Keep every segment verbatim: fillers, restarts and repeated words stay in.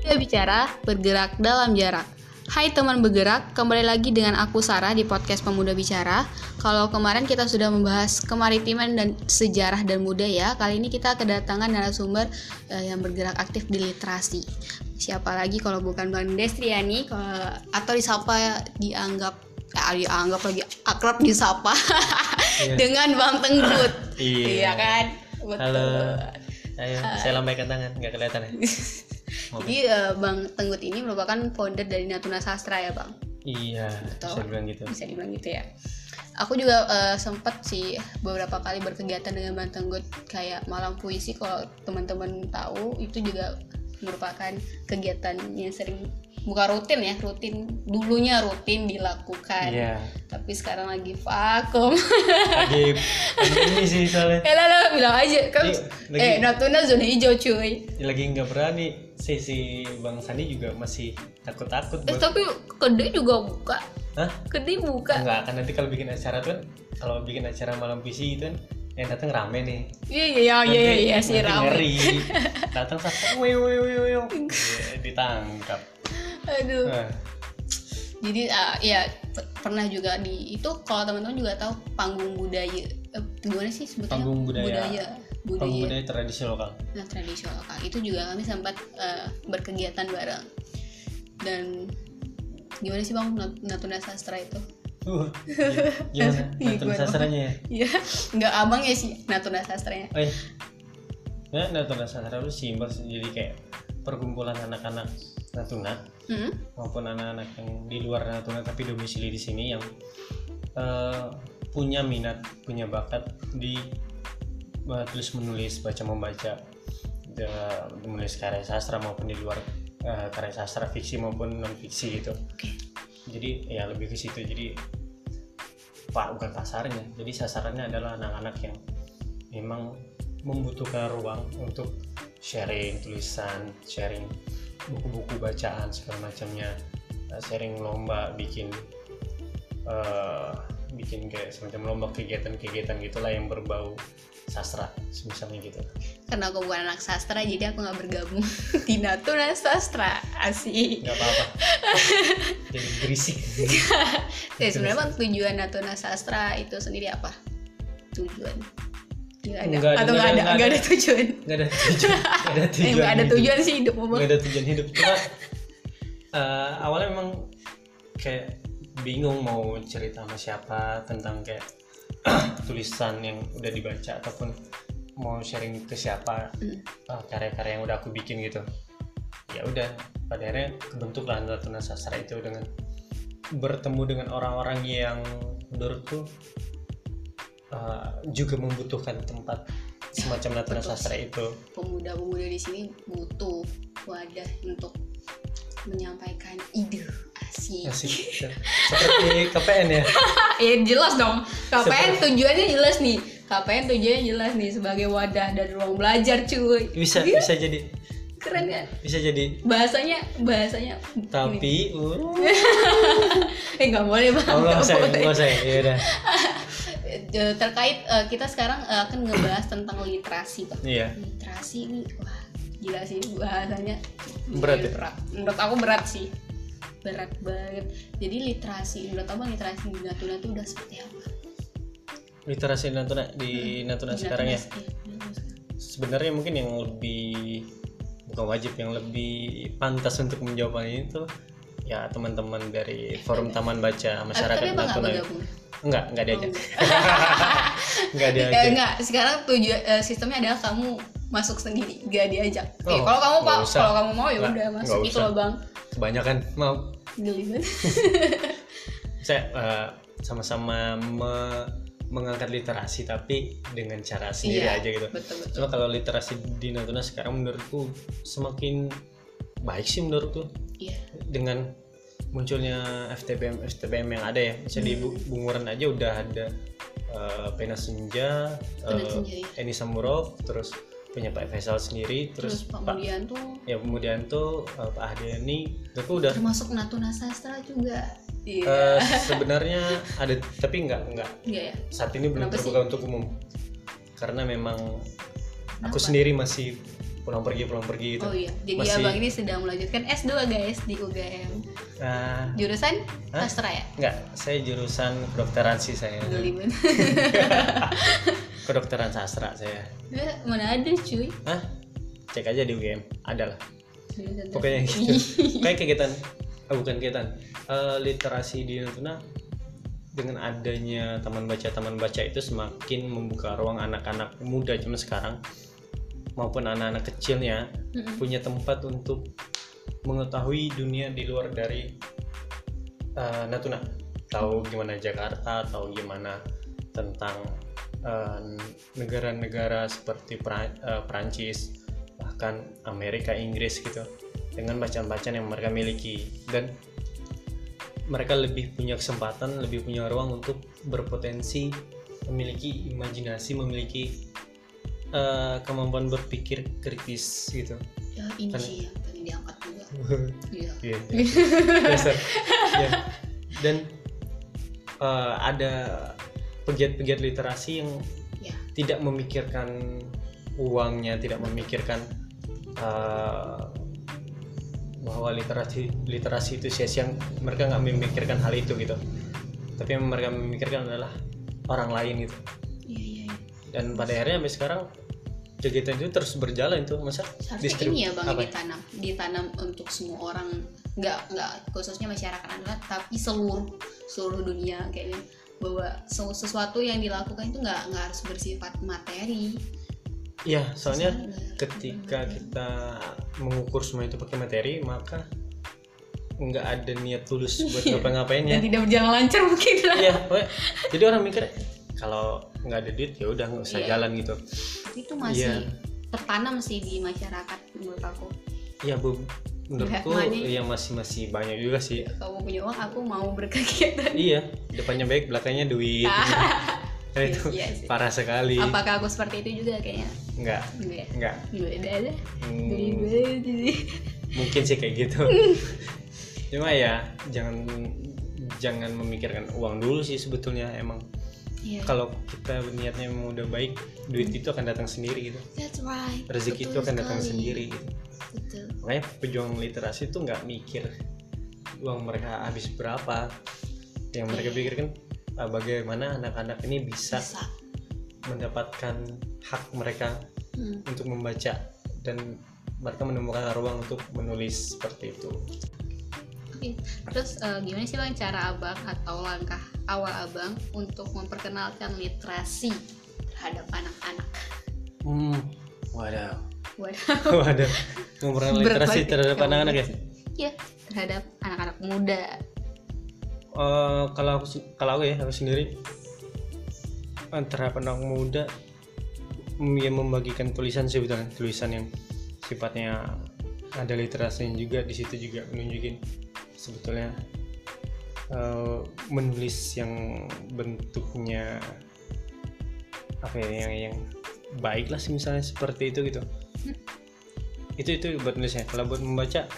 Muda Bicara, bergerak dalam jarak. Hai teman bergerak, kembali lagi dengan aku Sarah di podcast Pemuda Bicara. Kalau kemarin kita sudah membahas kemaritiman dan sejarah dan budaya, kali ini kita kedatangan narasumber uh, yang bergerak aktif di literasi. Siapa lagi kalau bukan Bang Destriani, kalau, atau disapa dianggap eh, dianggap lagi akrab disapa yeah. dengan Bang Tenggut. Iya Iya kan? Betul. Halo. Ayo, uh, saya lambaikan tangan, nggak kelihatan ya? Jadi uh, Bang Tenggut ini merupakan founder dari Natuna Sastra ya Bang? Iya, betul. Bisa dibilang gitu. Bisa dibilang gitu ya. Aku juga uh, sempat sih beberapa kali berkegiatan dengan Bang Tenggut kayak malam puisi, kalau teman-teman tahu itu juga merupakan kegiatan yang sering, bukan rutin ya, rutin dulunya rutin dilakukan. Iya. Tapi sekarang lagi vakum. Lagi ini sih soalnya. Eh lah, bilang aja kan. Lagi, eh Natuna zona hijau cuy. Lagi nggak berani. Si si Bang Sandi juga masih takut-takut. Eh buat... tapi kedai juga buka. Hah? Kedai buka. Enggak, kan nanti kalau bikin acara tuh kan, kalau bikin acara malam puisi itu kan yang datang rame nih. Iya iya iya iya iya sih rame. Ngeri. Datang satu, woi woi woi woi. Ditangkap. Aduh. Nah. Jadi uh, ya p- pernah juga di itu, kalau teman-teman juga tahu panggung budaya. Eh, gimana sih sebutnya? Panggung budaya. budaya. budaya. Panggung budaya tradisi lokal. Nah, tradisi lokal. Itu juga kami sempat uh, berkegiatan bareng. Dan gimana sih Bang Natuna Sastra itu? Uh, gimana? Natuna Sastranya ya? Iya, enggak abang ya sih Natuna Sastranya. Oh iya. Ya, Natuna Sastra itu simbol, jadi kayak perkumpulan anak-anak Natuna hmm? maupun anak-anak yang di luar Natuna tapi domisili di sini yang uh, punya minat, punya bakat di uh, tulis menulis, baca membaca, uh, menulis karya sastra maupun di luar uh, karya sastra fiksi maupun non fiksi gitu. Okay. Jadi ya lebih ke situ. Jadi pak bukan pasarnya. Jadi sasarannya adalah anak-anak yang memang membutuhkan ruang untuk sharing tulisan, sharing buku-buku bacaan segala macamnya, sharing lomba, bikin uh, bikin kayak semacam lomba kegiatan-kegiatan gitulah yang berbau sastra, misalnya gitu. Karena aku bukan anak sastra, jadi aku nggak bergabung di Natuna Sastra, asik. Nggak apa-apa. Jadi berisik. Ya, sebenarnya Bang, tujuan Natuna Sastra itu sendiri apa? Tujuan? Nggak ada. Enggak, atau nggak ada? Nggak ada tujuan. Nggak ada tujuan. Nggak ada tujuan. Nggak ada tujuan sih hidup Bang. Nggak ada tujuan hidup. Cuma uh, awalnya memang kayak bingung mau cerita sama siapa tentang kayak tulisan yang udah dibaca ataupun mau sharing ke siapa mm. uh, karya-karya yang udah aku bikin gitu. Ya udah, pada akhirnya kebentuklah Natuna Sastra itu dengan bertemu dengan orang-orang yang menurutku uh, juga membutuhkan tempat semacam Natuna Sastra itu. Pemuda-pemuda di sini butuh wadah untuk menyampaikan ide. Asik. Asik. Seperti K P N ya? Ya jelas dong. K P N Seperti... tujuannya jelas nih. K P N tujuannya jelas nih, sebagai wadah dan ruang belajar cuy. Bisa ya? bisa jadi. Keren kan? Bisa jadi. Bahasanya bahasanya. Tapi uh. eh nggak boleh Bang. Oh nggak usah, nggak usah. Ya udah. Terkait uh, kita sekarang uh, akan ngebahas tentang literasi Bang. Iya. Literasi ini wah gila sih bahasanya. Berat ya? Berat. Menurut aku berat sih. Berat banget. Jadi literasi, menurut Abang literasi di Natuna itu udah seperti apa? Literasi Natuna di hmm, Natuna di sekarang Natuna, ya? Iya, sebenarnya mungkin yang lebih bukan wajib, yang lebih pantas untuk menjawab ini tuh ya teman-teman dari Forum Taman Baca Masyarakat Natuna. Enggak, enggak diajak. Oh. Enggak diajak. Eh, enggak, sekarang tujuan uh, sistemnya adalah kamu masuk sendiri, enggak diajak. Oh, eh, kalau kamu Pak, kalau kamu mau ya udah masuk itu loh Bang. Kebanyakan mau. Geli banget. Saya uh, sama-sama me- mengangkat literasi tapi dengan cara sendiri iya, aja gitu. Betul, betul. Cuma kalau literasi di Natuna sekarang menurutku semakin baik sih menurutku. Iya. Dengan munculnya F T B M F T B M yang ada ya, misalnya hmm. di Bunguran aja udah ada uh, Pena Senja, Pena uh, Senja ya. Eni Samurov, terus punya Pak Faisal sendiri, terus, terus Pak Mudianto, ya Mudianto, uh, Pak Ahdiani, itu udah termasuk Natuna Sastra juga. Iya. Uh, sebenarnya ada, tapi enggak enggak. Iya ya. Saat ini belum terbuka untuk umum, karena memang Kenapa? Aku sendiri masih pulang pergi pulang pergi gitu. Oh iya, jadi Masih... abang ini sedang melanjutkan S dua guys di U G M. Uh, jurusan huh? sastra ya? Enggak, saya jurusan kedokteran sih saya. Geliman. Kedokteran sastra saya. Ya, mana ada cuy? Hah? Cek aja di U G M, ada lah. Pokoknya gitu. Kayak kegiatan, oh bukan kegiatan, uh, literasi di Natuna dengan adanya taman baca taman baca itu semakin membuka ruang anak-anak muda zaman sekarang maupun anak-anak kecilnya mm-hmm. punya tempat untuk mengetahui dunia di luar dari uh, Natuna, tahu gimana Jakarta, tahu gimana tentang uh, negara-negara seperti Pra- uh, Prancis, bahkan Amerika, Inggris gitu, dengan bacaan-bacaan yang mereka miliki, dan mereka lebih punya kesempatan, lebih punya ruang untuk berpotensi, memiliki imajinasi, memiliki uh, kemampuan berpikir kritis gitu. Ya ini kan, sih yang pengen diangkat juga. Iya. Iya. Ya. Dan uh, ada pegiat-pegiat literasi yang ya. tidak memikirkan uangnya, tidak memikirkan uh, bahwa literasi literasi itu sia-sia, mereka nggak memikirkan hal itu gitu, tapi yang mereka memikirkan adalah orang lain gitu. Iya, iya, iya. Dan pada akhirnya sampai sekarang kegiatan itu terus berjalan tuh, masa seharusnya ini ya bang, apa? ditanam ditanam untuk semua orang, nggak nggak khususnya masyarakat adat, tapi seluruh seluruh dunia kayaknya, bahwa sesuatu yang dilakukan itu nggak nggak harus bersifat materi. Iya, soalnya ketika kita mengukur semua itu pakai materi, maka nggak ada niat tulus buat ngapa-ngapainnya. Dan tidak berjalan lancar mungkin lah. Iya, jadi orang mikir kalau nggak ada duit ya udah nggak usah iya. jalan gitu. Tapi itu masih iya. tertanam sih di masyarakat menurut aku. Iya, bu, menurutku ya masih masih banyak juga sih. Kamu punya uang, aku mau berkegiatan. Iya, depannya baik, belakangnya duit. Kan itu iya, iya parah sekali. Apakah aku seperti itu juga kayaknya? Enggak. Enggak. Enggak. Gue ada. Hmm. Mungkin sih kayak gitu. Cuma ya jangan jangan memikirkan uang dulu sih sebetulnya, emang. Yeah. Kalau kita niatnya memang udah baik, duit itu akan datang sendiri gitu. That's right. Rezeki itu akan datang sendiri gitu. Betul. Makanya pejuang literasi itu nggak mikir uang mereka habis berapa. Yang mereka yeah. pikirkan bagaimana anak-anak ini bisa, bisa mendapatkan hak mereka hmm. untuk membaca, dan mereka menemukan ruang untuk menulis seperti itu. Oke, terus uh, gimana sih bang cara abang atau langkah awal abang untuk memperkenalkan literasi terhadap anak-anak? Hmm, waduh. Waduh. Waduh. Memperkenalkan literasi terhadap anak-anak ya? Iya, terhadap anak-anak muda. Uh, kalau aku kalau aku ya aku sendiri terhadap anak muda yang membagikan tulisan sebetulnya, tulisan yang sifatnya ada literasinya juga, di situ juga menunjukin sebetulnya uh, menulis yang bentuknya apa ya, yang yang baik lah sih, misalnya seperti itu gitu. Hmm. Itu itu buat nulisnya. Kalau buat membaca,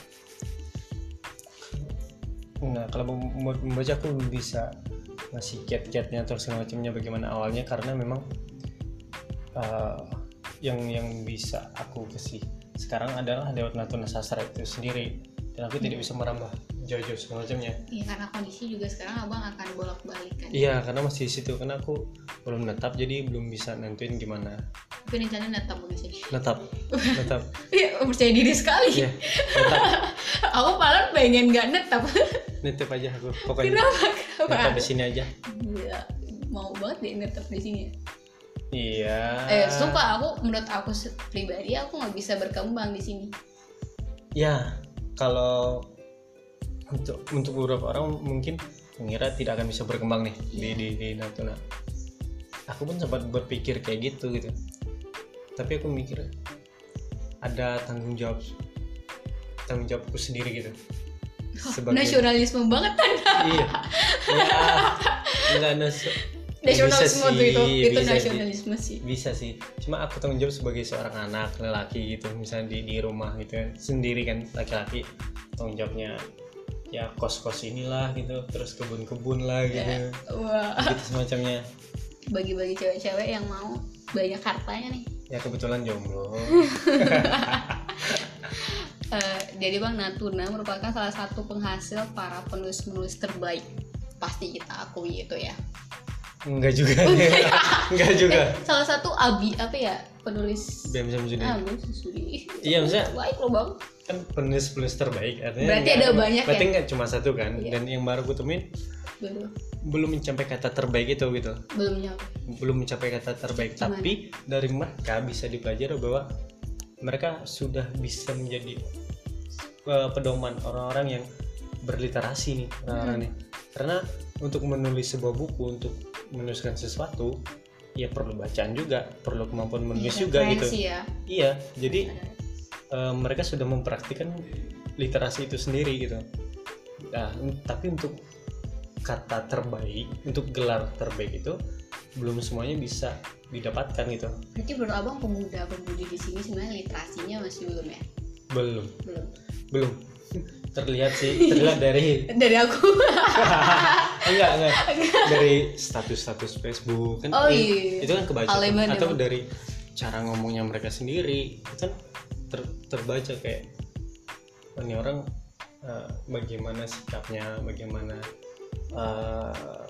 nah kalau mau membaca aku bisa ngasih kiat-kiatnya atau segala macamnya bagaimana awalnya, karena memang uh, yang yang bisa aku kasih sekarang adalah lewat Natuna Sastra itu sendiri, dan aku hmm. tidak bisa merambah jauh-jauh segala macamnya. Iya, karena kondisi juga sekarang abang akan bolak-balik kan. Iya, karena masih di situ, karena aku belum netap, jadi belum bisa nentuin gimana. Tapi rencananya netap bukan sih? Netap, netap. Iya, percaya diri sekali. Iya, netap. Aku malah pengen nggak netap. Netap aja aku, pokoknya. Kenapa? Kenapa? Netap di sini aja. Iya, mau banget deh netap di sini. Iya. Eh, sumpah aku menurut aku pribadi aku nggak bisa berkembang di sini. Ya, kalau untuk untuk beberapa orang mungkin mengira tidak akan bisa berkembang nih yeah. di di di Natuna. Aku pun sempat berpikir kayak gitu gitu. Tapi aku mikir ada tanggung jawab tanggung jawabku sendiri gitu. Sebagai nasionalisme banget kan? Iya. Ya, enggak nas- nasionalisme sih, itu itu bisa nasionalisme sih. sih. Bisa sih. Cuma aku tanggung jawab sebagai seorang anak lelaki gitu, misalnya di di rumah gitu kan, sendiri kan, laki-laki, tanggung jawabnya ya kos-kos inilah gitu, terus kebun-kebun lah gitu. Yeah. Wah. Gitu semacamnya. Bagi-bagi cewek-cewek yang mau banyak hartanya nih. Ya kebetulan jomblo. Uh, jadi Bang Natuna merupakan salah satu penghasil para penulis-penulis terbaik, pasti kita akui itu ya. Enggak juga. Enggak juga. Eh, salah satu abi apa ya penulis B M Samsudin. Ah, B M Samsudin. Iya maksudnya baik loh Bang. Kan penulis-penulis terbaik artinya. Berarti ada banyak berarti ya. Berarti nggak cuma satu kan. Iya. Dan yang baru gue temuin belum belum mencapai kata terbaik itu gitu. Belum nyampe. Belum mencapai kata terbaik. Gimana? Tapi dari mereka bisa dipelajari bahwa mereka sudah bisa menjadi uh, pedoman orang-orang yang berliterasi nih orang-orang hmm. nih. Karena untuk menulis sebuah buku, untuk menuliskan sesuatu, ya perlu bacaan juga, perlu kemampuan menulis ya, juga gitu. Ya. Iya, jadi uh, mereka sudah mempraktikkan literasi itu sendiri gitu. Nah, tapi untuk kata terbaik, untuk gelar terbaik itu belum semuanya bisa didapatkan gitu. Berarti menurut Abang pemuda-pemudi di sini sebenarnya literasinya masih belum ya? Belum. Belum. Belum. Terlihat sih, terlihat dari dari aku. enggak, enggak. Dari status-status Facebook kan. Oh iya. Itu kan kebaca kan? Atau ya, dari cara ngomongnya mereka sendiri kan ter, terbaca kayak oh, ini orang uh, bagaimana sikapnya, bagaimana uh,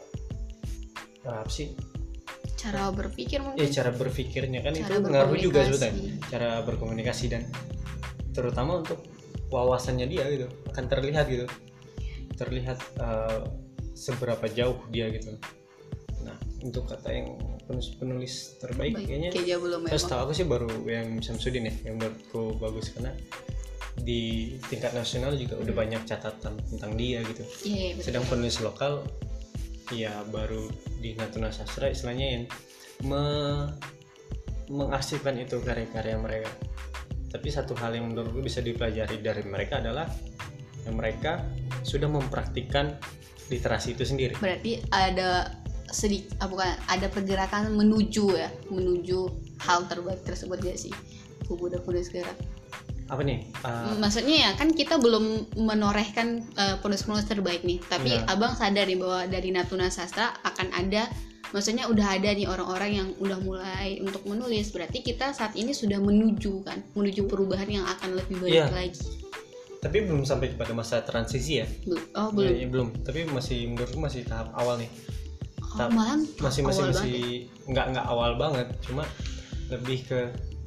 apa sih? Cara berpikir mungkin. Ya cara berpikirnya kan cara itu mengaruh juga sebetulnya. Cara berkomunikasi dan terutama untuk wawasannya dia gitu akan terlihat gitu. Terlihat uh, seberapa jauh dia gitu. Nah, untuk kata yang penulis, penulis terbaik Baik, kayaknya saya tahu aku sih baru yang Samsudin ya yang menurutku bagus karena di tingkat nasional juga udah banyak catatan tentang dia gitu. Yeah, sedang penulis lokal ya baru di Natuna Sastra istilahnya yang me- mengarsipkan itu karya-karya mereka. Tapi satu hal yang menurutku bisa dipelajari dari mereka adalah yang mereka sudah mempraktikkan literasi itu sendiri. Berarti ada sedikit, ah, bukan ada pergerakan menuju ya, menuju hal terbaik tersebut gak sih, pemuda-pemuda sekarang? Apa nih? Uh, Maksudnya ya kan kita belum menorehkan uh, penulis-penulis terbaik nih, tapi yeah. Abang sadar nih bahwa dari Natuna Sastra akan ada, maksudnya udah ada nih orang-orang yang udah mulai untuk menulis. Berarti kita saat ini sudah menuju kan, menuju perubahan yang akan lebih baik yeah. lagi. Tapi belum sampai pada masa transisi ya? Oh belum. Ya, ya, belum. Tapi masih menurutku masih tahap awal nih. Oh, malah masih masih awal masih ya? nggak nggak awal banget, cuma lebih ke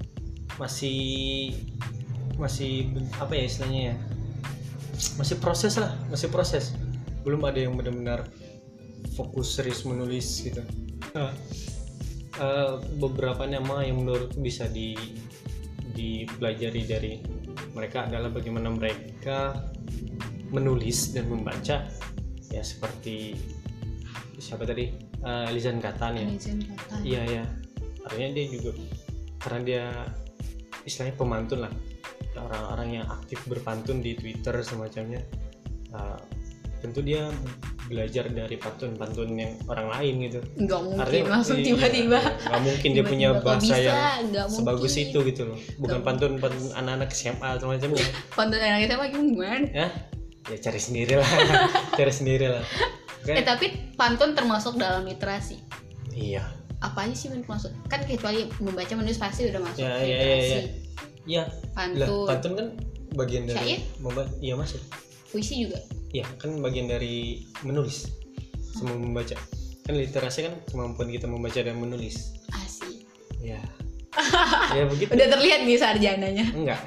masih masih apa ya istilahnya ya? Masih proses lah, masih proses. Belum ada yang benar-benar fokus serius menulis gitu. Nah, uh, beberapa nama yang menurutku bisa di dipelajari dari mereka adalah bagaimana mereka menulis dan membaca ya seperti siapa tadi uh, Elizan Katan ya. Iya ya. Artinya dia juga karena dia istilahnya pemantun lah. Orang-orang yang aktif berpantun di Twitter semacamnya. Uh, tentu dia belajar dari pantun-pantun yang orang lain gitu. Nggak mungkin artinya, langsung tiba-tiba. Nggak mungkin dia punya bahasa bisa, yang sebagus itu gitu loh. Bukan pantun-pantun anak-anak S M A semacamnya. Pantun anak S M A gimana? Ya, ya cari sendiri lah. Cari sendiri lah. Okay. Eh tapi pantun termasuk dalam literasi. Iya. Apa aja sih yang termasuk? Kan kecuali membaca menulis pasti udah masuk ya, literasi. Iya iya iya. Iya. Pantun. Lah, pantun kan bagian dari membaca. Iya masuk. Puisi juga. Iya kan bagian dari menulis sama hmm. membaca. Kan literasi kan kemampuan kita membaca dan menulis. Asik. Iya. Ya begitu. Udah terlihat nih sarjananya. Enggak.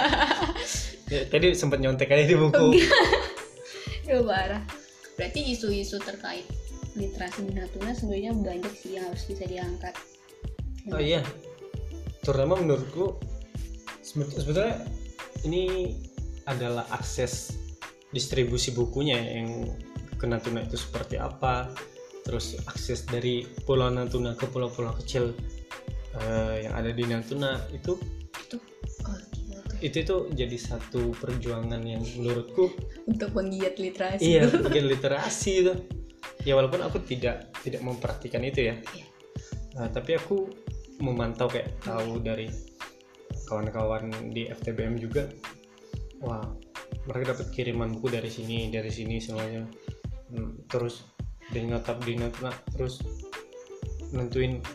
Ya, tadi sempat nyontek aja di buku. Ya parah. Berarti isu-isu terkait literasi di Natuna sebenarnya banyak sih yang harus bisa diangkat. Oh iya. Terutama menurutku sebetulnya ini adalah akses distribusi bukunya yang ke Natuna itu seperti apa, terus akses dari Pulau Natuna ke pulau-pulau kecil uh, yang ada di Natuna itu itu oh, itu itu jadi satu perjuangan yang menurutku untuk penggiat literasi. Iya, penggiat literasi itu. Ya walaupun aku tidak tidak mempraktikkan itu ya, iya. uh, tapi aku memantau kayak tahu dari kawan-kawan di F T B M juga, wah mereka dapat kiriman buku dari sini dari sini semuanya, terus dia ngetap di Natuna, terus nentuin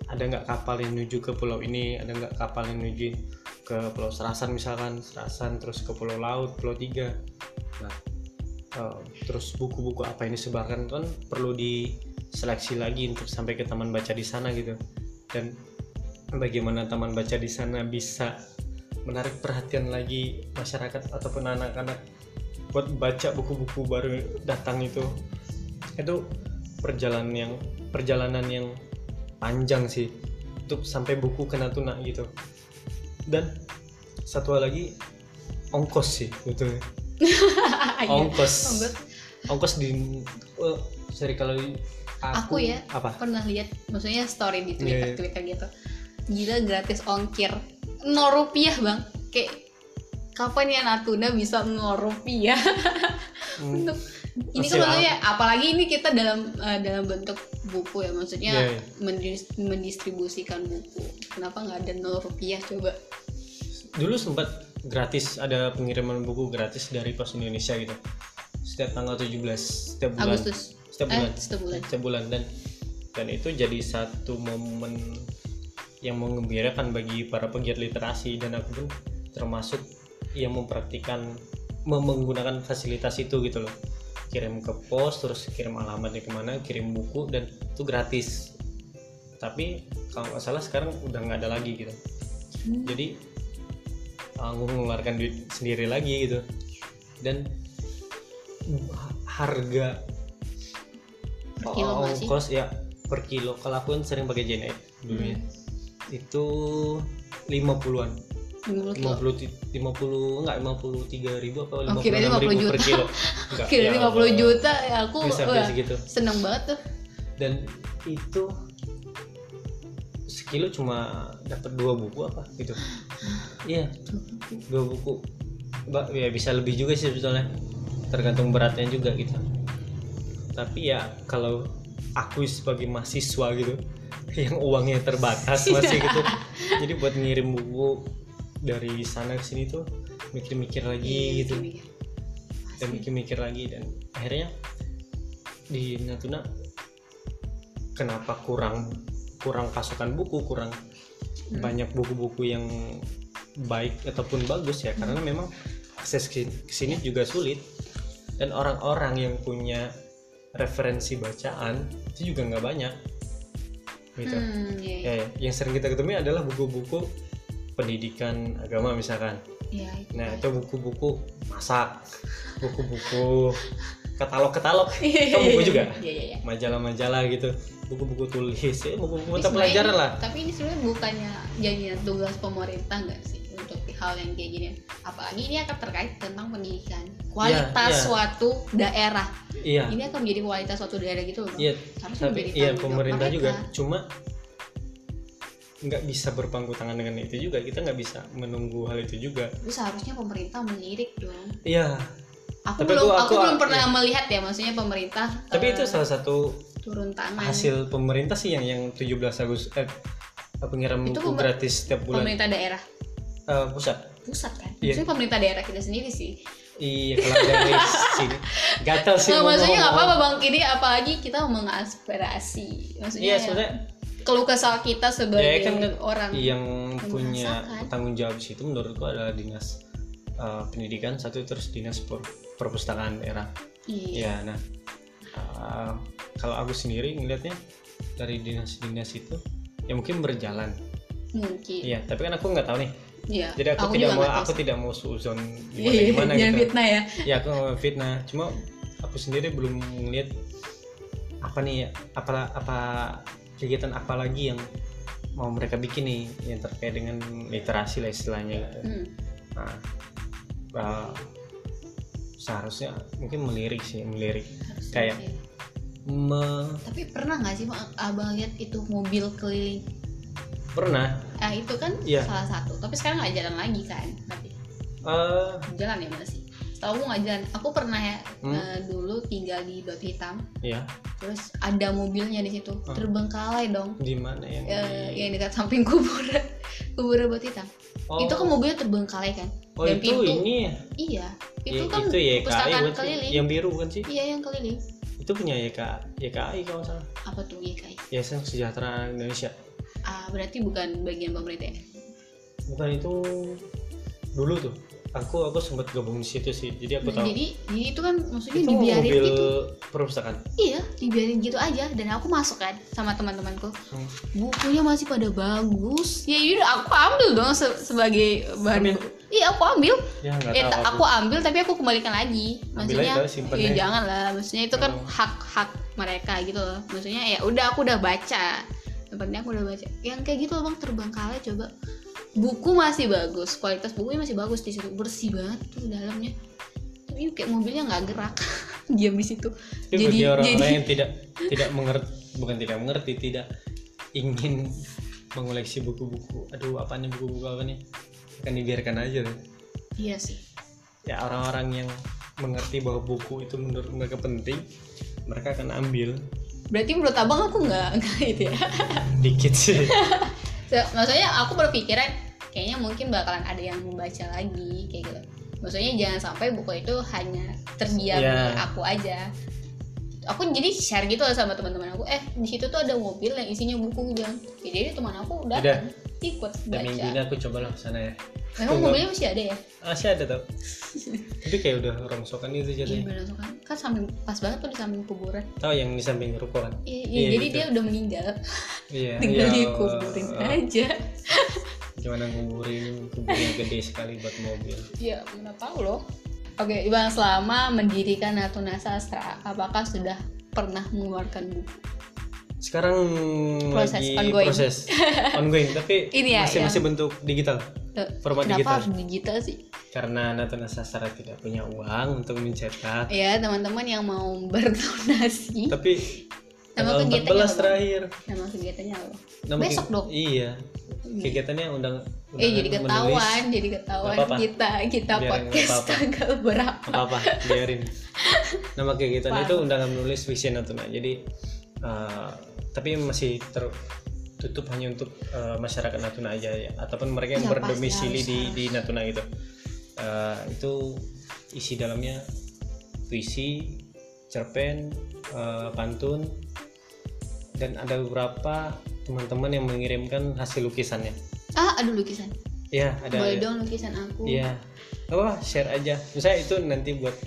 ada nggak kapal yang menuju ke pulau ini, ada nggak kapal yang menuju ke Pulau Serasan misalkan, Serasan terus ke Pulau Laut, Pulau Tiga. Nah, uh, terus buku-buku apa yang disebarkan kan perlu diseleksi lagi untuk sampai ke taman baca di sana gitu. Dan bagaimana taman baca di sana bisa menarik perhatian lagi masyarakat ataupun anak-anak buat baca buku-buku baru datang itu. Itu perjalanan yang perjalanan yang panjang sih untuk sampai buku ke Natuna gitu. Dan satu lagi ongkos sih betulnya. ongkos ongkos di oh, sorry kalau aku, aku ya apa? Pernah lihat maksudnya story di Twitter yeah. Twitter gitu, gila gratis ongkir nol rupiah bang, kayak kapan ya Natuna bisa nol rupiah hmm. untuk ini kan maksudnya apalagi ini kita dalam uh, dalam bentuk buku ya, maksudnya yeah, yeah. Mendis- mendistribusikan buku, kenapa nggak ada nol rupiah coba? Dulu sempat gratis, ada pengiriman buku gratis dari Pos Indonesia gitu setiap tanggal tujuh belas setiap bulan. Agustus setiap bulan. Eh, setiap bulan setiap bulan dan dan itu jadi satu momen yang mengembirakan bagi para pegiat literasi, dan aku pun termasuk yang mempraktikkan menggunakan fasilitas itu gitu loh. Kirim ke pos, terus kirim alamatnya kemana, kirim buku, dan itu gratis. Tapi kalau nggak salah sekarang udah nggak ada lagi gitu. hmm. Jadi aku mengeluarkan duit sendiri lagi gitu. Dan harga per kilo ongkos ya per kilo, kalau aku kan sering pakai J N E dulunya, hmm. itu lima puluhan lima puluh lima puluh enggak lima puluh tiga ribu apa lima puluh enam ribu per kilo. Enggak, kira lima puluh juta ya aku wah, segitu. Seneng banget tuh. Dan itu sekilo cuma dapat dua buku apa gitu. Iya, dua buku. Mbak ya bisa lebih juga sih sebetulnya. Tergantung beratnya juga gitu. Tapi ya kalau aku sebagai mahasiswa gitu yang uangnya terbatas masih gitu, jadi buat ngirim buku dari sana ke sini tuh mikir-mikir lagi iya, gitu mikir. dan mikir-mikir lagi dan akhirnya di Natuna kenapa kurang kurang pasokan buku, kurang hmm. banyak buku-buku yang baik ataupun bagus ya, karena hmm. memang akses ke sini juga sulit, dan orang-orang yang punya referensi bacaan itu juga nggak banyak gitu. hmm, yeah, yeah. Ya, yang sering kita ketemu adalah buku-buku pendidikan agama misalkan. Yeah, nah itu buku-buku masak, buku-buku katalog-katalog, itu buku juga, yeah, yeah, yeah. majalah-majalah gitu, buku-buku tulis, ya, buku-buku mata pelajaran ini, lah. Tapi ini sebenarnya bukannya jadinya tugas pemerintah nggak sih untuk hal yang kayak gini? Apalagi ini akan terkait tentang pendidikan, kualitas yeah, yeah. suatu daerah. Iya. Ini akan menjadi kualitas suatu daerah gitu loh. Iya. Harusnya tapi iya pemerintah juga, cuma nggak bisa berpangku tangan dengan itu juga, kita nggak bisa menunggu hal itu juga. Tapi seharusnya pemerintah melirik dong. Iya. Aku tapi belum, aku, aku, aku belum pernah ya. melihat ya, maksudnya pemerintah. Tapi uh, itu salah satu turun tangan. Hasil pemerintah sih yang yang tujuh belas Agustus eh, pengiriman buku pemer- gratis setiap bulan. Pemerintah daerah. Uh, pusat. Pusat kan. Iya. Maksudnya pemerintah daerah kita sendiri sih. Iya, kalau dari sini gatal sih. Nggak, maksudnya nggak apa-apa bang, ini apalagi kita mengaspirasi, maksudnya iya, sebenarnya keluh kesal kita sebagai ya, kan, orang yang punya tanggung jawab situ menurutku adalah dinas uh, pendidikan satu, terus dinas per- perpustakaan daerah. Iya. Ya, nah uh, kalau aku sendiri ngelihatnya dari dinas-dinas itu ya mungkin berjalan. Mungkin. Iya, tapi kan aku nggak tahu nih. Iya. Jadi aku, aku tidak mau aku tidak mau suzon gimana gimana gitu. Jangan fitnah ya. Ya aku mau fitnah. Cuma aku sendiri belum melihat apa nih apa apa kegiatan apa lagi yang mau mereka bikin nih yang terkait dengan literasi lah istilahnya gitu. Hmm. Nah, uh, seharusnya mungkin melirik sih, melirik harusnya kayak. Me... Tapi pernah nggak sih abang lihat itu mobil keliling? Pernah. Ah itu kan yeah. salah satu. Tapi sekarang nggak jalan lagi kan? Tapi uh, jalan ya mana sih? Setahu aku nggak jalan. Aku pernah ya hmm? uh, dulu tinggal di Batu Hitam. Iya. Yeah. Terus ada mobilnya di situ, uh. terbengkalai dong. Di mana yang? Uh, di... Yang dekat samping kuburan, kuburan Batu Hitam. Oh. Itu kan mobilnya terbengkalai kan? Oh dan itu pintu, ini ya? Iya. Itu ya, kan itu Y K I pustakaan keliling. Yang biru kan sih? Iya yang keliling. Itu punya Y K I kalau nggak salah. Apa tuh Y K I? Yayasan Kesejahteraan Indonesia. Ah, berarti bukan bagian pemerintah ya? Bukan, itu dulu tuh. Aku aku sempat gabung di situ sih. Jadi aku Nah, tahu. jadi jadi itu kan maksudnya Itu dibiarin mobil gitu. perpustakaan. Iya, dibiarin gitu aja dan aku masuk kan sama teman-temanku. Hmm. Bukunya masih pada bagus. Ya udah aku ambil dong se- sebagai bahan. Ambil? Iya, aku ambil. Ya nggak Ya, tahu ta- aku. ambil tapi aku kembalikan lagi. Ambil Maksudnya, aja, simpen ya aja. jangan lah. Maksudnya itu kan Hmm. hak-hak mereka gitu loh. Maksudnya ya udah aku udah baca. Yang penting aku udah baca. Yang kayak gitu loh Bang, terbengkalai coba. Buku masih bagus, kualitas bukunya masih bagus di situ, bersih banget tuh dalamnya. Tapi kayak mobilnya nggak gerak, diam di situ. Tapi Jadi bagi orang-orang jadi yang tidak tidak mengerti, bukan tidak mengerti, tidak ingin mengoleksi buku-buku. Aduh, apa nih buku-buku apa nih? Akan dibiarkan aja deh. iya sih. Ya orang-orang yang mengerti bahwa buku itu menurut mereka penting, mereka akan ambil. Berarti menurut abang aku nggak nggak itu ya. Dikit sih. So, maksudnya aku berpikiran kayaknya mungkin bakalan ada yang membaca lagi kayak gitu. Maksudnya jangan sampai buku itu hanya terdiam Yeah. di aku aja. Aku jadi share gitu lah sama teman-teman aku. Eh di situ tuh ada mobil yang isinya buku bilang. Ya, jadi teman aku Udah. datang ikut Dan minggu ini baca. aku cobalah ke sana ya. Memang mobilnya masih ada ya? Masih ada tau. Tapi kayak udah rongsokan gitu Iya jadinya. benar kan. Kan samping pas banget tuh di samping kuburan. Tahu yang di samping ruko kan? Iya, iya, Iya, jadi gitu. dia udah meninggal. Iya. Tinggal ya dikuburin Allah. aja. Gimana nguburin kuburnya gede sekali buat mobil. Ya, mana tahu loh. Oke, Bang, selama mendirikan Natuna Sastra, apakah sudah pernah mengeluarkan buku? Sekarang Proses, lagi ongoing. proses ongoing, tapi Ini ya, masih yang- masih bentuk digital. Eh, Format Kenapa digital. harus digital sih? Karena Natuna Sastra tidak punya uang untuk mencetak. Ya, teman-teman yang mau berdonasi, Tapi Nama tanggal kegiatannya empat belas apa? terakhir. nama kegiatannya apa? Nama Besok ke- dong. Iya. Kegiatannya undang Eh, jadi undangan ketahuan, menulis. jadi ketahuan Nggak apa-apa. kita kita Biarin, nggak podcast apa-apa. tanggal berapa? Apa-apa, biarin. Nama kegiatannya Parah. itu undangan menulis fiksi Natuna. Jadi eh, tapi masih tertutup hanya untuk eh, masyarakat Natuna aja ya, ataupun mereka yang Ya, berdomisili pasti di harus, di Natuna gitu. Eh, itu isi dalamnya puisi, cerpen, eh, pantun, dan ada beberapa teman-teman yang mengirimkan hasil lukisannya. Ah, aduh lukisan. Ya, ada. Boleh dong lukisan aku. Iya. Apa share aja. Misalnya itu nanti buat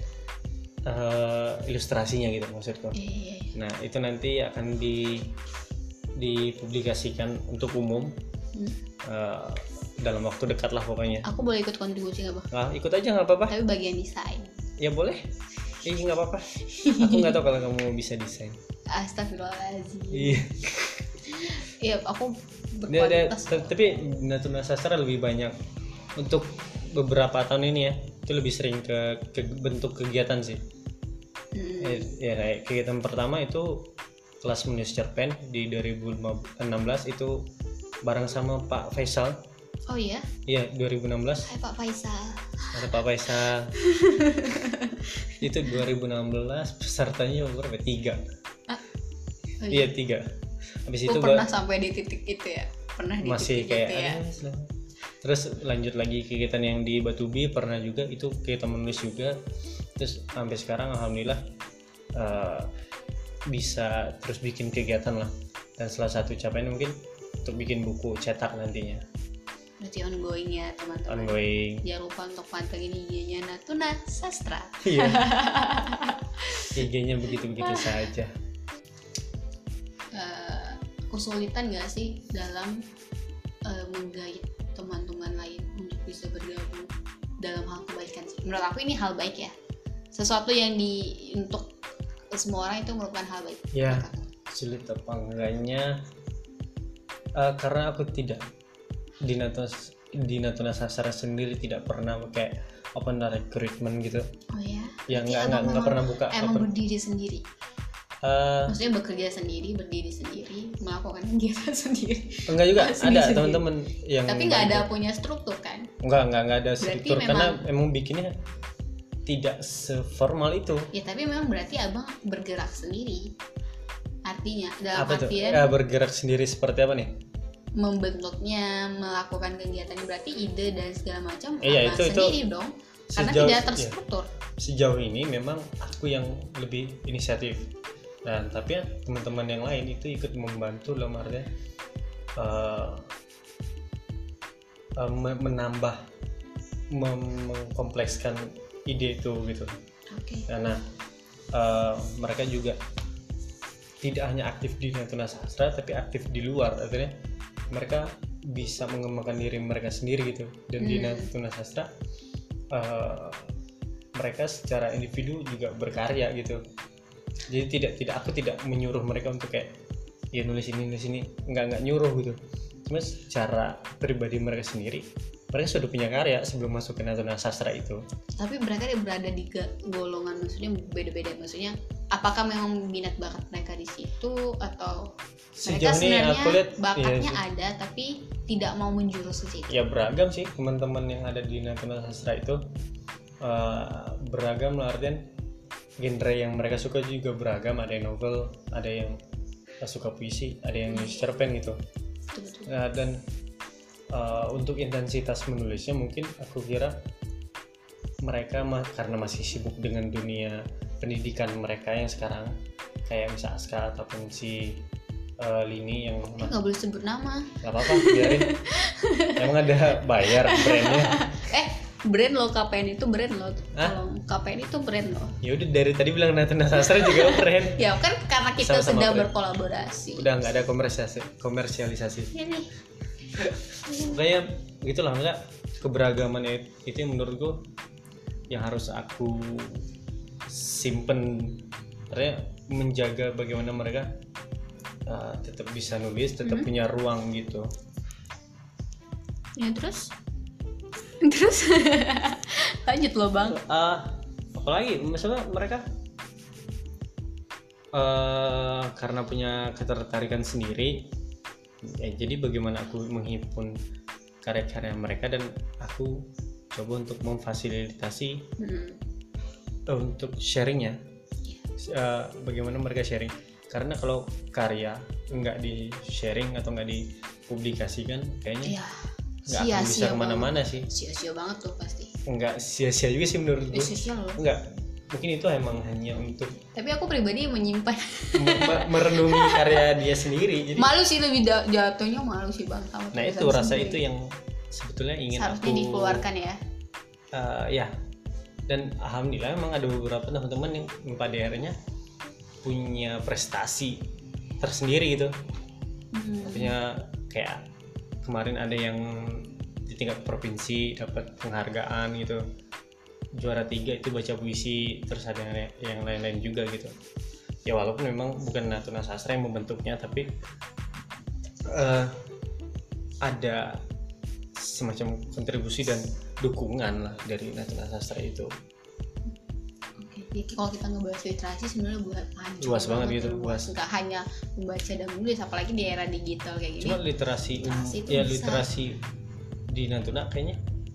eh, ilustrasinya gitu maksudku. Iya, iya, iya. Nah, itu nanti akan di dipublikasikan untuk umum Hmm. eh, dalam waktu dekat lah pokoknya. Aku boleh ikut kontribusi nggak, Bang? Nah, ikut aja nggak apa-apa. Tapi bagian desain. Ya boleh. Ih, nggak apa-apa. Aku nggak tahu kalau kamu bisa desain. Astagfirullahaladzim. Iya. Iya, aku Dia, dia, berkualitas. t- tapi Natuna Sastra lebih banyak untuk beberapa tahun ini ya. Itu lebih sering ke, ke bentuk kegiatan sih. Hmm. Eh, ya kayak kegiatan pertama itu kelas menulis cerpen di dua ribu enam belas itu bareng sama Pak Faisal. Oh iya, Iya, dua ribu enam belas hai Pak Faisal. ada Pak Faisal. Itu dua ribu enam belas pesertanya berapa? Tiga. Oh, Iya, tiga. Habis Aku itu pernah ba- sampai di titik itu ya. Pernah di masih titik kayak itu ya. "Aduh, Islam." Terus lanjut lagi kegiatan yang di Batu Bi pernah juga, itu kegiatan menulis juga. Terus sampai sekarang alhamdulillah eh, bisa terus bikin kegiatan lah. Dan salah satu capaian mungkin untuk bikin buku cetak nantinya. Berarti ongoing ya teman-teman. Ongoing. Jangan lupa untuk pantengin I G-nya Natuna Sastra. Iya. I G-nya begitu-begitu saja. Eh, kesulitan nggak sih dalam eh, menggait teman-teman lain untuk bisa bergabung dalam hal kebaikan sih? Menurut aku ini hal baik ya. Sesuatu yang di untuk semua orang itu merupakan hal baik. Ya, Menurut aku. sulit apa enggaknya eh, karena aku tidak di Natuna di Natuna Sastra sendiri tidak pernah kayak open recruitment gitu. Oh ya. Ya Berarti nggak abang nggak nggak memang pernah buka Emang open. berdiri sendiri. Eh, Maksudnya bekerja sendiri, berdiri sendiri, melakukan kegiatan sendiri. enggak juga Sendiri- ada sendiri. teman-teman yang Tapi nggak ada bantu. punya struktur kan? Enggak, enggak, enggak ada Berarti struktur karena memang- emang bikinnya tidak seformal itu. Ya tapi memang berarti abang bergerak sendiri. Artinya dalam Apa tuh? artian Ya, bergerak sendiri seperti apa nih? membentuknya, melakukan kegiatan, berarti ide dan segala macam Iya, abang itu- itu sendiri dong. Karena sejauh- tidak iya. terstruktur. Sejauh ini memang aku yang lebih inisiatif. Dan tapi ya teman-teman yang lain itu ikut membantu dalam artian uh, uh, menambah mem- mengkomplekskan ide itu gitu. Okay. Karena uh, mereka juga tidak hanya aktif di Natuna Sastra tapi aktif di luar, artinya mereka bisa mengembangkan diri mereka sendiri gitu. Dan hmm. di Natuna Sastra uh, mereka secara individu juga berkarya gitu. Jadi tidak tidak aku tidak menyuruh mereka untuk kayak ya nulis ini nulis ini, nggak nggak nyuruh gitu. Cuma secara pribadi mereka sendiri, mereka sudah punya karya sebelum masuk ke Natuna Sastra itu. Tapi mereka berada di golongan, maksudnya beda-beda, maksudnya apakah memang minat bakat mereka di situ atau mereka sebenarnya lihat, bakatnya ya, ada tapi tidak mau menjurus ke situ? Ya beragam sih teman-teman yang ada di Natuna Sastra itu. Uh, beragam lah, artian genre yang mereka suka juga beragam, ada yang novel, ada yang suka puisi, ada yang nulis cerpen gitu. Betul-betul. Nah, dan uh, untuk intensitas menulisnya mungkin aku kira mereka ma- karena masih sibuk dengan dunia pendidikan mereka yang sekarang, kayak misal Aska ataupun si uh, Lini yang eh, nggak boleh sebut nama. Gak apa-apa, biarin. Emang ada bayar brandnya? eh brand lo, K P N itu brand lo. Tolong, K P N itu brand lo. Ya udah dari tadi bilang Natuna Sastra juga brand. Ya kan karena kita Sama-sama sedang brand. Berkolaborasi. Udah nggak ada komersialisasi. komersialisasi. Ya nih. Kayak gitulah, maksudnya keberagaman itu yang menurutku yang harus aku simpen, artinya menjaga bagaimana mereka uh, tetap bisa nulis, tetap mm-hmm. punya ruang gitu. Ya terus? Terus lanjut lo bang. Uh, apalagi misalnya mereka uh, karena punya ketertarikan sendiri, ya, jadi bagaimana aku menghimpun karya-karya mereka dan aku coba untuk memfasilitasi hmm. uh, untuk sharingnya, uh, bagaimana mereka sharing. Karena kalau karya nggak di sharing atau nggak dipublikasikan, kayaknya yeah. nggak akan bisa kemana-mana sih. Sia-sia banget tuh pasti. Enggak sia-sia juga sih menurut gue. Sia-sia loh. Enggak, mungkin itu emang hanya untuk. Tapi aku pribadi menyimpan. merenungi karya dia sendiri. Jadi malu sih, lebih jatuhnya malu sih bang. Sama nah itu rasa sendiri. Itu yang sebetulnya ingin seharusnya aku dikeluarkan ya. Uh, ya. Dan alhamdulillah memang ada beberapa teman-teman yang empat D R-nya punya prestasi tersendiri gitu. Hmm. Artinya kayak kemarin ada yang di tingkat provinsi dapat penghargaan gitu, juara tiga itu baca puisi, terus ada yang, yang lain-lain juga gitu. Ya walaupun memang bukan Natuna Sastra yang membentuknya, tapi uh, ada semacam kontribusi dan dukungan lah dari Natuna Sastra itu. Ya, kalau kita ngebahas literasi sebenarnya buat panjang, luas banget gitu, luas. Nggak hanya membaca dan menulis, apalagi di era digital kayak gini. Cuma literasi, literasi um, ya bisa. Literasi di Natuna kayaknya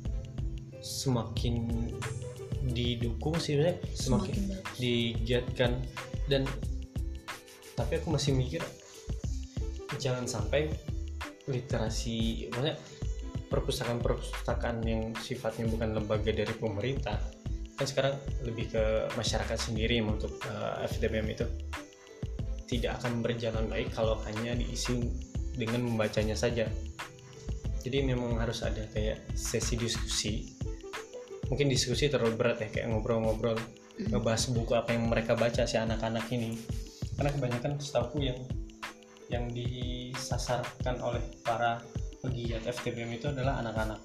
semakin didukung sih, semakin, semakin digiatkan. Dan tapi aku masih mikir jangan sampai literasi, maksudnya perpustakaan-perpustakaan yang sifatnya bukan lembaga dari pemerintah, kan sekarang lebih ke masyarakat sendiri yang untuk uh, F T B M itu tidak akan berjalan baik kalau hanya diisi dengan membacanya saja. Jadi memang harus ada kayak sesi diskusi, mungkin diskusi terlalu berat ya, kayak ngobrol-ngobrol mm-hmm. ngebahas buku apa yang mereka baca si anak-anak ini, karena kebanyakan setahu yang yang disasarkan oleh para pegiat F T B M itu adalah anak-anak.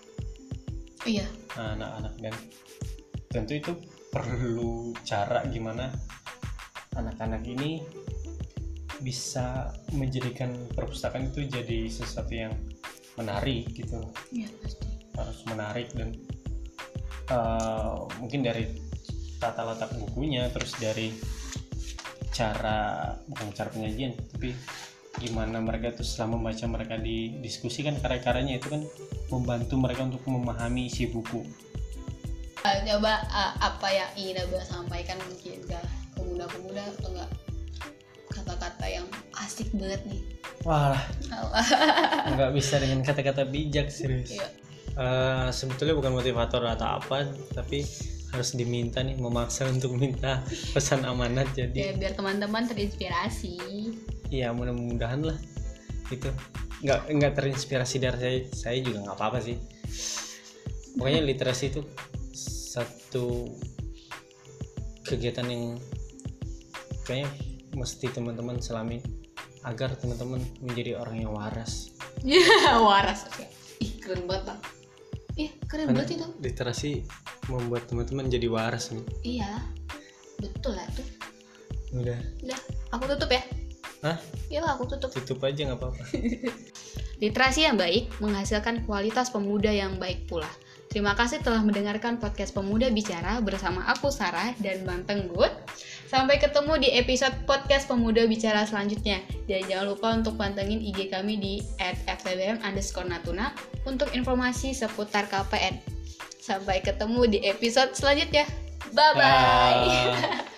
Iya. Nah, anak-anak, dan tentu itu perlu cara gimana anak-anak ini bisa menjadikan perpustakaan itu jadi sesuatu yang menarik gitu. Iya pasti. Harus menarik, dan uh, mungkin dari tata letak bukunya, terus dari cara, bukan cara penyajian, tapi gimana mereka tuh setelah membaca mereka didiskusikan karya-karyanya, itu kan membantu mereka untuk memahami isi buku. Uh, coba uh, apa yang ingin Abah sampaikan mungkin ke pemuda-pemuda, atau enggak kata-kata yang asik banget nih? Wah, nggak bisa dengan kata-kata bijak serius. Iya. Uh, sebetulnya bukan motivator atau apa, tapi harus diminta nih, memaksa untuk minta pesan amanat, jadi ya biar teman-teman terinspirasi. Iya, mudah-mudahan lah gitu. nggak nggak terinspirasi dari saya, saya juga nggak apa-apa sih. Pokoknya literasi itu satu kegiatan yang kayaknya mesti teman-teman selami agar teman-teman menjadi orang yang waras. Ya, waras. Ih, keren banget, Bang. Ih, keren Karena banget itu. literasi membuat teman-teman jadi waras nih. Iya. Betul lah tuh. Udah. Udah, aku tutup ya. Hah? Iya, aku tutup. Tutup aja nggak apa-apa. Literasi yang baik menghasilkan kualitas pemuda yang baik pula. Terima kasih telah mendengarkan podcast Pemuda Bicara bersama aku Sarah dan Bang Tenggut. Sampai ketemu di episode podcast Pemuda Bicara selanjutnya. Dan jangan lupa untuk pantengin I G kami di at f t b m underscore natuna untuk informasi seputar K P N. Sampai ketemu di episode selanjutnya. Bye-bye. Uh...